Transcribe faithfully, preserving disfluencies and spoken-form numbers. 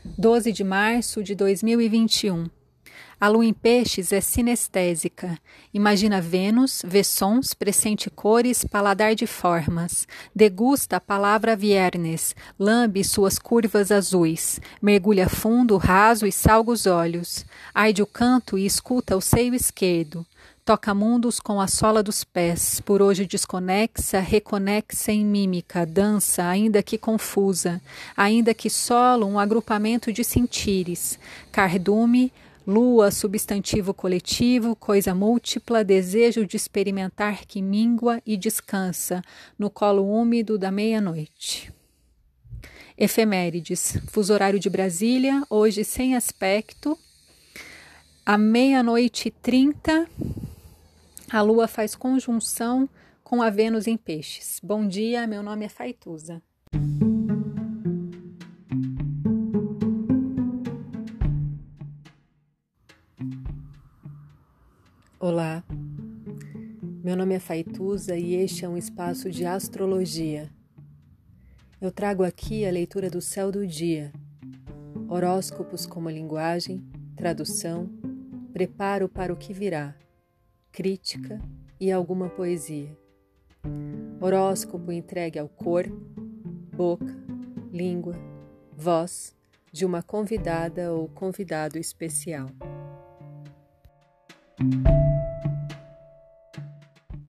doze de março de dois mil e vinte e um. A lua em peixes é sinestésica. Imagina Vênus, vê sons, pressente cores, paladar de formas. Degusta a palavra viernes, lambe suas curvas azuis. Mergulha fundo, raso e salga os olhos. Arde o canto e escuta o seio esquerdo. Toca mundos com a sola dos pés, por hoje desconexa, reconexa em mímica, dança, ainda que confusa, ainda que solo um agrupamento de sentires. Cardume, lua, substantivo coletivo, coisa múltipla, desejo de experimentar que mingua e descansa no colo úmido da meia-noite. Efemérides, fuso horário de Brasília, hoje sem aspecto, à meia-noite e trinta, a lua faz conjunção com a Vênus em peixes. Bom dia, meu nome é Faituza. Olá, meu nome é Faituza e este é um espaço de astrologia. Eu trago aqui a leitura do céu do dia, horóscopos como linguagem, tradução, preparo para o que virá, crítica e alguma poesia. Horóscopo entregue ao corpo, boca, língua, voz de uma convidada ou convidado especial.